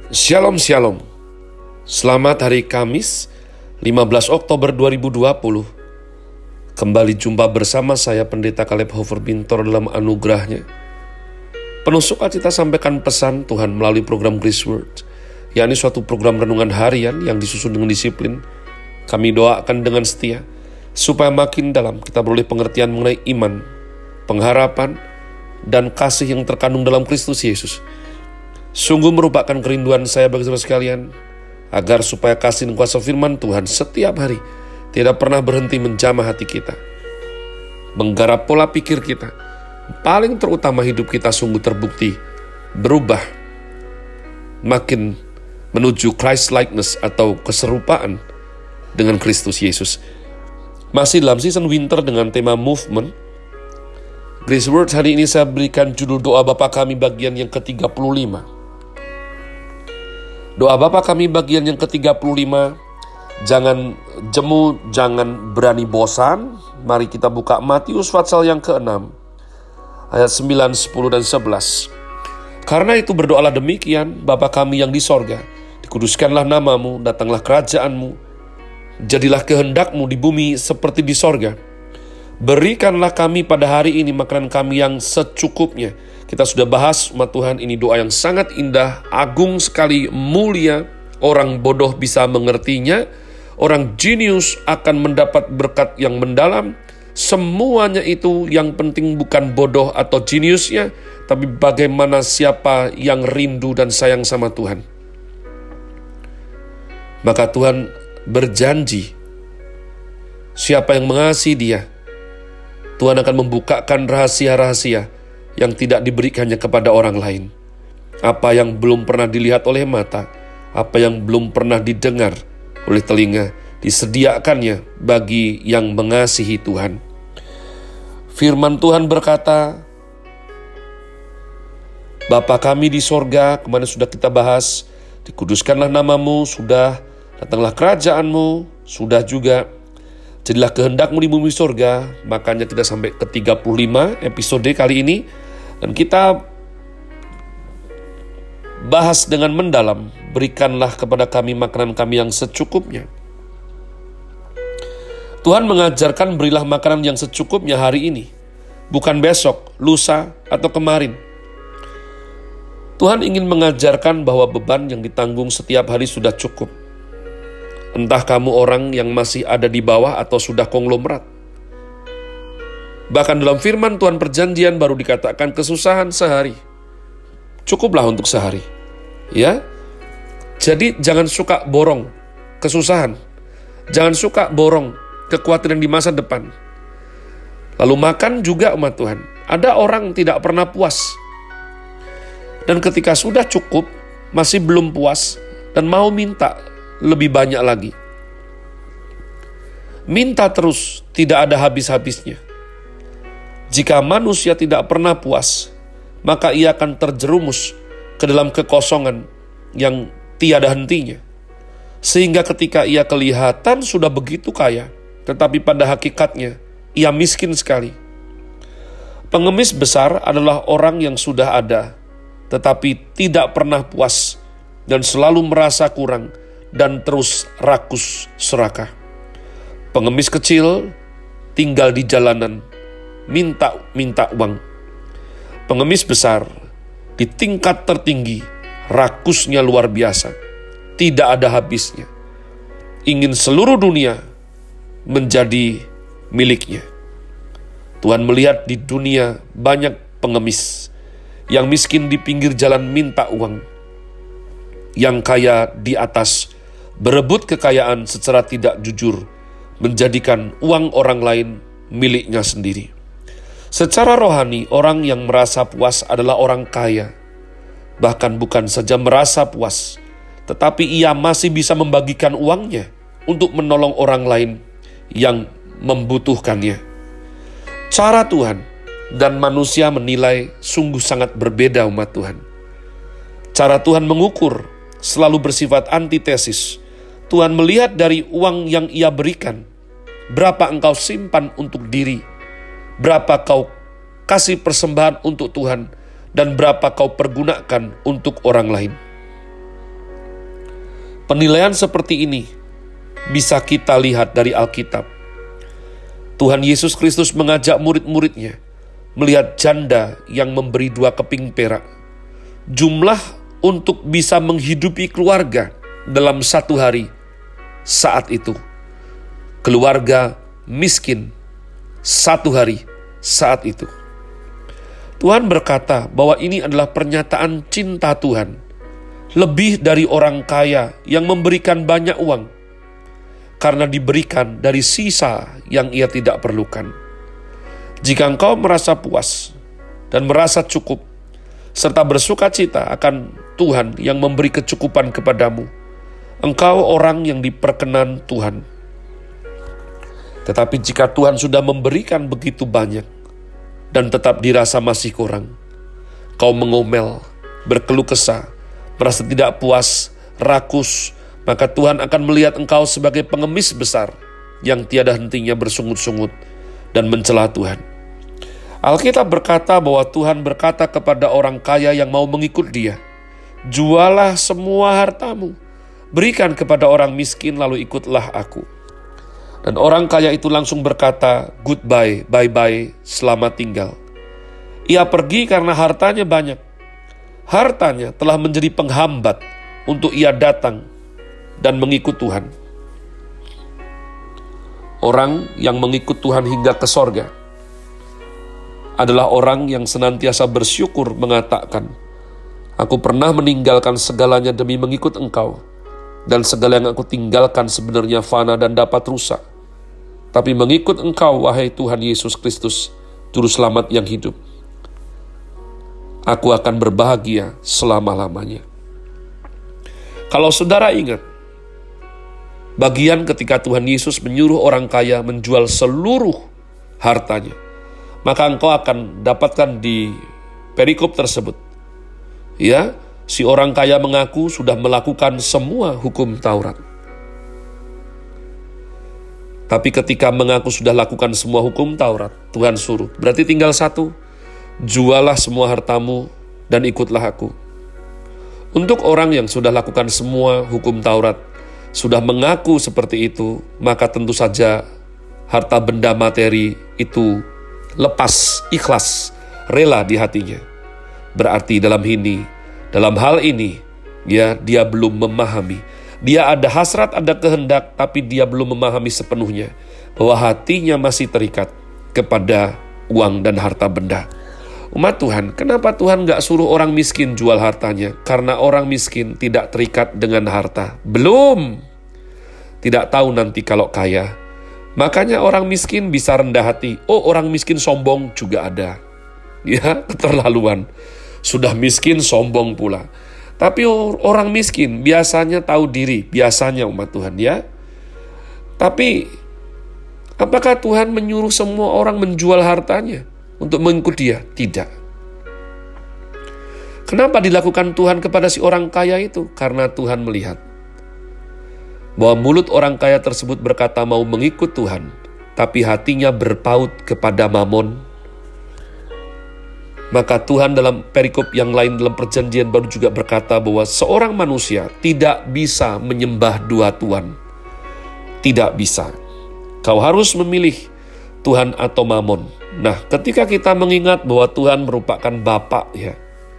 Shalom Shalom. Selamat hari Kamis 15 Oktober 2020. Kembali jumpa bersama saya Pendeta Caleb Hofer Bintor dalam anugerahnya. Penuh sukacita sampaikan pesan Tuhan melalui program Grace Word, yakni suatu program renungan harian yang disusun dengan disiplin. Kami doakan dengan setia supaya makin dalam kita beroleh pengertian mengenai iman, pengharapan, dan kasih yang terkandung dalam Kristus Yesus. Sungguh merupakan kerinduan saya bagi saudara sekalian, agar supaya kasih dan kuasa firman Tuhan setiap hari tidak pernah berhenti menjamah hati kita, menggarap pola pikir kita, paling terutama hidup kita sungguh terbukti berubah makin menuju Christ likeness atau keserupaan dengan Kristus Yesus. Masih dalam season winter dengan tema movement, Grace Word hari ini saya berikan judul doa Bapa Kami bagian yang ke-35. Doa Bapa Kami bagian yang ke-35. Jangan jemu, jangan berani bosan. Mari kita buka Matius pasal yang ke-6 ayat 9, 10, dan 11. Karena itu berdoalah demikian, Bapa Kami yang di sorga, dikuduskanlah namamu, datanglah kerajaanmu, jadilah kehendakmu di bumi seperti di sorga. Berikanlah kami pada hari ini makanan kami yang secukupnya. Kita sudah bahas umat Tuhan, ini doa yang sangat indah, agung sekali, mulia. Orang bodoh bisa mengertinya, orang jenius akan mendapat berkat yang mendalam. Semuanya itu yang penting bukan bodoh atau jeniusnya, tapi bagaimana siapa yang rindu dan sayang sama Tuhan. Maka Tuhan berjanji, siapa yang mengasihi Dia, Tuhan akan membukakan rahasia-rahasia yang tidak diberikannya kepada orang lain. Apa yang belum pernah dilihat oleh mata, apa yang belum pernah didengar oleh telinga, disediakannya bagi yang mengasihi Tuhan. Firman Tuhan berkata, Bapa Kami di sorga, kemana sudah kita bahas, dikuduskanlah namamu, sudah, datanglah kerajaanmu, sudah juga, jadilah kehendakmu di bumi sorga. Makanya kita sampai ke 35 episode kali ini, dan kita bahas dengan mendalam, berikanlah kepada kami makanan kami yang secukupnya. Tuhan mengajarkan berilah makanan yang secukupnya hari ini, bukan besok, lusa, atau kemarin. Tuhan ingin mengajarkan bahwa beban yang ditanggung setiap hari sudah cukup. Entah kamu orang yang masih ada di bawah atau sudah konglomerat. Bahkan dalam firman Tuhan perjanjian baru dikatakan kesusahan sehari cukuplah untuk sehari. Ya, jadi jangan suka borong kesusahan, jangan suka borong kekhawatiran di masa depan. Lalu makan juga umat Tuhan. Ada orang tidak pernah puas, dan ketika sudah cukup masih belum puas dan mau minta lebih banyak lagi. Minta terus, tidak ada habis-habisnya. Jika manusia tidak pernah puas, maka ia akan terjerumus ke dalam kekosongan yang tiada hentinya. Sehingga ketika ia kelihatan sudah begitu kaya, tetapi pada hakikatnya ia miskin sekali. Pengemis besar adalah orang yang sudah ada, tetapi tidak pernah puas dan selalu merasa kurang dan terus rakus serakah. Pengemis kecil tinggal di jalanan, minta uang. Pengemis besar di tingkat tertinggi, rakusnya luar biasa, tidak ada habisnya. Ingin seluruh dunia menjadi miliknya. Tuhan melihat di dunia banyak pengemis, yang miskin di pinggir jalan minta uang, yang kaya di atas berebut kekayaan secara tidak jujur, menjadikan uang orang lain miliknya sendiri. Secara rohani, orang yang merasa puas adalah orang kaya. Bahkan bukan saja merasa puas, tetapi ia masih bisa membagikan uangnya untuk menolong orang lain yang membutuhkannya. Cara Tuhan dan manusia menilai sungguh sangat berbeda umat Tuhan. Cara Tuhan mengukur selalu bersifat antitesis. Tuhan melihat dari uang yang ia berikan, berapa engkau simpan untuk diri, berapa kau kasih persembahan untuk Tuhan, dan berapa kau pergunakan untuk orang lain. Penilaian seperti ini bisa kita lihat dari Alkitab. Tuhan Yesus Kristus mengajak murid-muridnya melihat janda yang memberi 2 keping perak. Jumlah untuk bisa menghidupi keluarga dalam 1 hari saat itu. Keluarga miskin 1 hari saat itu. Tuhan berkata bahwa ini adalah pernyataan cinta Tuhan. Lebih dari orang kaya yang memberikan banyak uang, karena diberikan dari sisa yang ia tidak perlukan. Jika engkau merasa puas dan merasa cukup, serta bersuka cita akan Tuhan yang memberi kecukupan kepadamu, engkau orang yang diperkenan Tuhan. Tetapi jika Tuhan sudah memberikan begitu banyak, dan tetap dirasa masih kurang, kau mengomel, berkeluh kesah, merasa tidak puas, rakus, maka Tuhan akan melihat engkau sebagai pengemis besar yang tiada hentinya bersungut-sungut dan mencela Tuhan. Alkitab berkata bahwa Tuhan berkata kepada orang kaya yang mau mengikut Dia, "Jualah semua hartamu, berikan kepada orang miskin, lalu ikutlah aku." Dan orang kaya itu langsung berkata, "Goodbye, bye-bye, selamat tinggal." Ia pergi karena hartanya banyak. Hartanya telah menjadi penghambat untuk ia datang dan mengikut Tuhan. Orang yang mengikut Tuhan hingga ke sorga adalah orang yang senantiasa bersyukur mengatakan, "Aku pernah meninggalkan segalanya demi mengikut Engkau, dan segala yang aku tinggalkan sebenarnya fana dan dapat rusak. Tapi mengikut Engkau, wahai Tuhan Yesus Kristus, Juru Selamat yang hidup, aku akan berbahagia selama-lamanya." Kalau saudara ingat, bagian ketika Tuhan Yesus menyuruh orang kaya menjual seluruh hartanya, maka engkau akan dapatkan di perikop tersebut, ya, si orang kaya mengaku sudah melakukan semua hukum Taurat. Tapi ketika mengaku sudah lakukan semua hukum Taurat, Tuhan suruh, berarti tinggal satu, jualah semua hartamu dan ikutlah aku. Untuk orang yang sudah lakukan semua hukum Taurat, sudah mengaku seperti itu, maka tentu saja harta benda materi itu lepas, ikhlas, rela di hatinya. Berarti dalam hal ini, ya, dia belum memahami. Dia ada hasrat, ada kehendak, tapi dia belum memahami sepenuhnya bahwa hatinya masih terikat kepada uang dan harta benda. Umat Tuhan, kenapa Tuhan gak suruh orang miskin jual hartanya? Karena orang miskin tidak terikat dengan harta. Belum. Tidak tahu nanti kalau kaya. Makanya orang miskin bisa rendah hati. Oh, orang miskin sombong juga ada. Ya, keterlaluan. Sudah miskin sombong pula. Tapi orang miskin biasanya tahu diri. Biasanya umat Tuhan, ya. Tapi apakah Tuhan menyuruh semua orang menjual hartanya untuk mengikut Dia? Tidak. Kenapa dilakukan Tuhan kepada si orang kaya itu? Karena Tuhan melihat bahwa mulut orang kaya tersebut berkata mau mengikut Tuhan, tapi hatinya berpaut kepada mamon. Maka Tuhan dalam perikop yang lain dalam perjanjian baru juga berkata bahwa seorang manusia tidak bisa menyembah dua tuan. Tidak bisa. Kau harus memilih Tuhan atau mamon. Nah, ketika kita mengingat bahwa Tuhan merupakan Bapa, ya.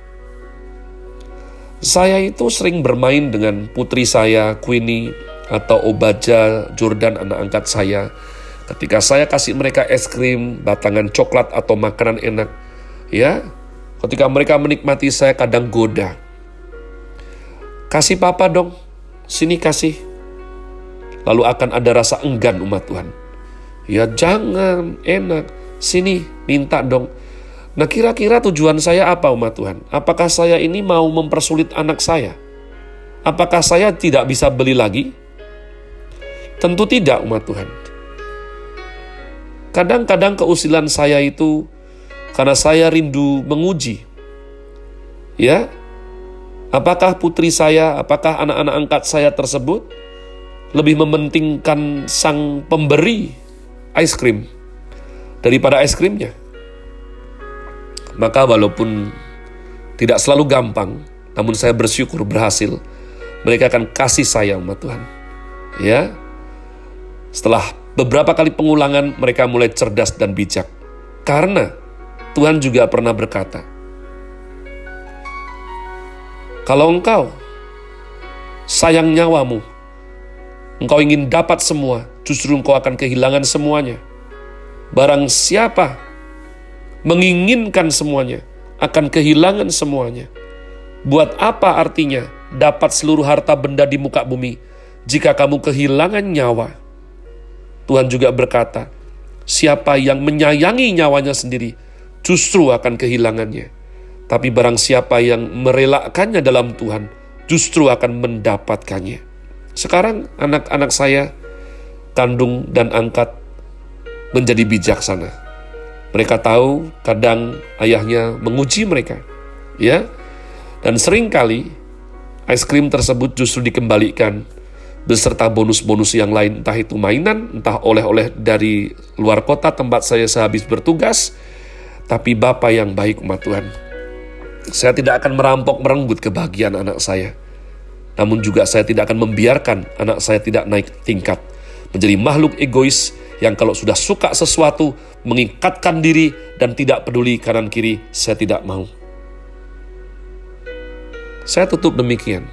Saya itu sering bermain dengan putri saya, Queenie, atau Obaja, Jordan, anak angkat saya. Ketika saya kasih mereka es krim, batangan coklat, atau makanan enak, ya, ketika mereka menikmati, saya kadang goda. Kasih papa dong, sini kasih. Lalu akan ada rasa enggan umat Tuhan. Ya jangan, enak, sini minta dong. Nah kira-kira tujuan saya apa umat Tuhan? Apakah saya ini mau mempersulit anak saya? Apakah saya tidak bisa beli lagi? Tentu tidak umat Tuhan. Kadang-kadang keusilan saya itu karena saya rindu menguji. Ya, apakah putri saya, apakah anak-anak angkat saya tersebut lebih mementingkan sang pemberi es krim daripada es krimnya? Maka walaupun tidak selalu gampang, namun saya bersyukur berhasil mereka akan kasih sayang sama Tuhan. Ya, setelah beberapa kali pengulangan, mereka mulai cerdas dan bijak. Karena Tuhan juga pernah berkata, kalau engkau sayang nyawamu, engkau ingin dapat semua, justru engkau akan kehilangan semuanya. Barang siapa menginginkan semuanya, akan kehilangan semuanya. Buat apa artinya dapat seluruh harta benda di muka bumi, jika kamu kehilangan nyawa? Tuhan juga berkata, siapa yang menyayangi nyawanya sendiri, justru akan kehilangannya. Tapi barang siapa yang merelakannya dalam Tuhan, justru akan mendapatkannya. Sekarang anak-anak saya, kandung dan angkat, menjadi bijaksana. Mereka tahu kadang ayahnya menguji mereka, ya. Dan seringkali es krim tersebut justru dikembalikan beserta bonus-bonus yang lain, entah itu mainan, entah oleh-oleh dari luar kota tempat saya sehabis bertugas. Tapi Bapa yang baik, umat Tuhan, saya tidak akan merampok merenggut kebahagiaan anak saya. Namun juga saya tidak akan membiarkan anak saya tidak naik tingkat menjadi makhluk egois yang kalau sudah suka sesuatu mengikatkan diri dan tidak peduli kanan kiri. Saya tidak mau. Saya tutup demikian.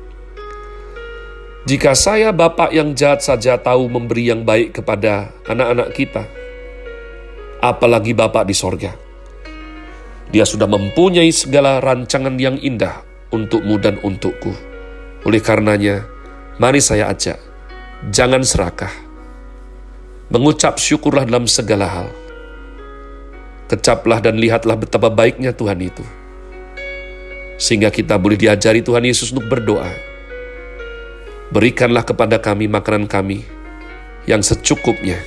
Jika saya Bapak yang jahat saja tahu memberi yang baik kepada anak-anak kita, apalagi Bapak di sorga. Dia sudah mempunyai segala rancangan yang indah untukmu dan untukku. Oleh karenanya, mari saya ajak, jangan serakah. Mengucap syukurlah dalam segala hal. Kecaplah dan lihatlah betapa baiknya Tuhan itu. Sehingga kita boleh diajari Tuhan Yesus untuk berdoa. Berikanlah kepada kami makanan kami yang secukupnya.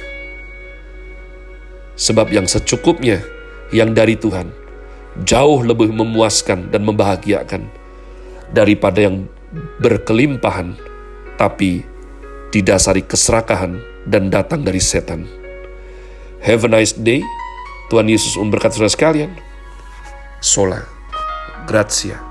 Sebab yang secukupnya, yang dari Tuhan, jauh lebih memuaskan dan membahagiakan daripada yang berkelimpahan, tapi didasari keserakahan dan datang dari setan. Have a nice day. Tuhan Yesus memberkati saudara sekalian. Sola Grazie.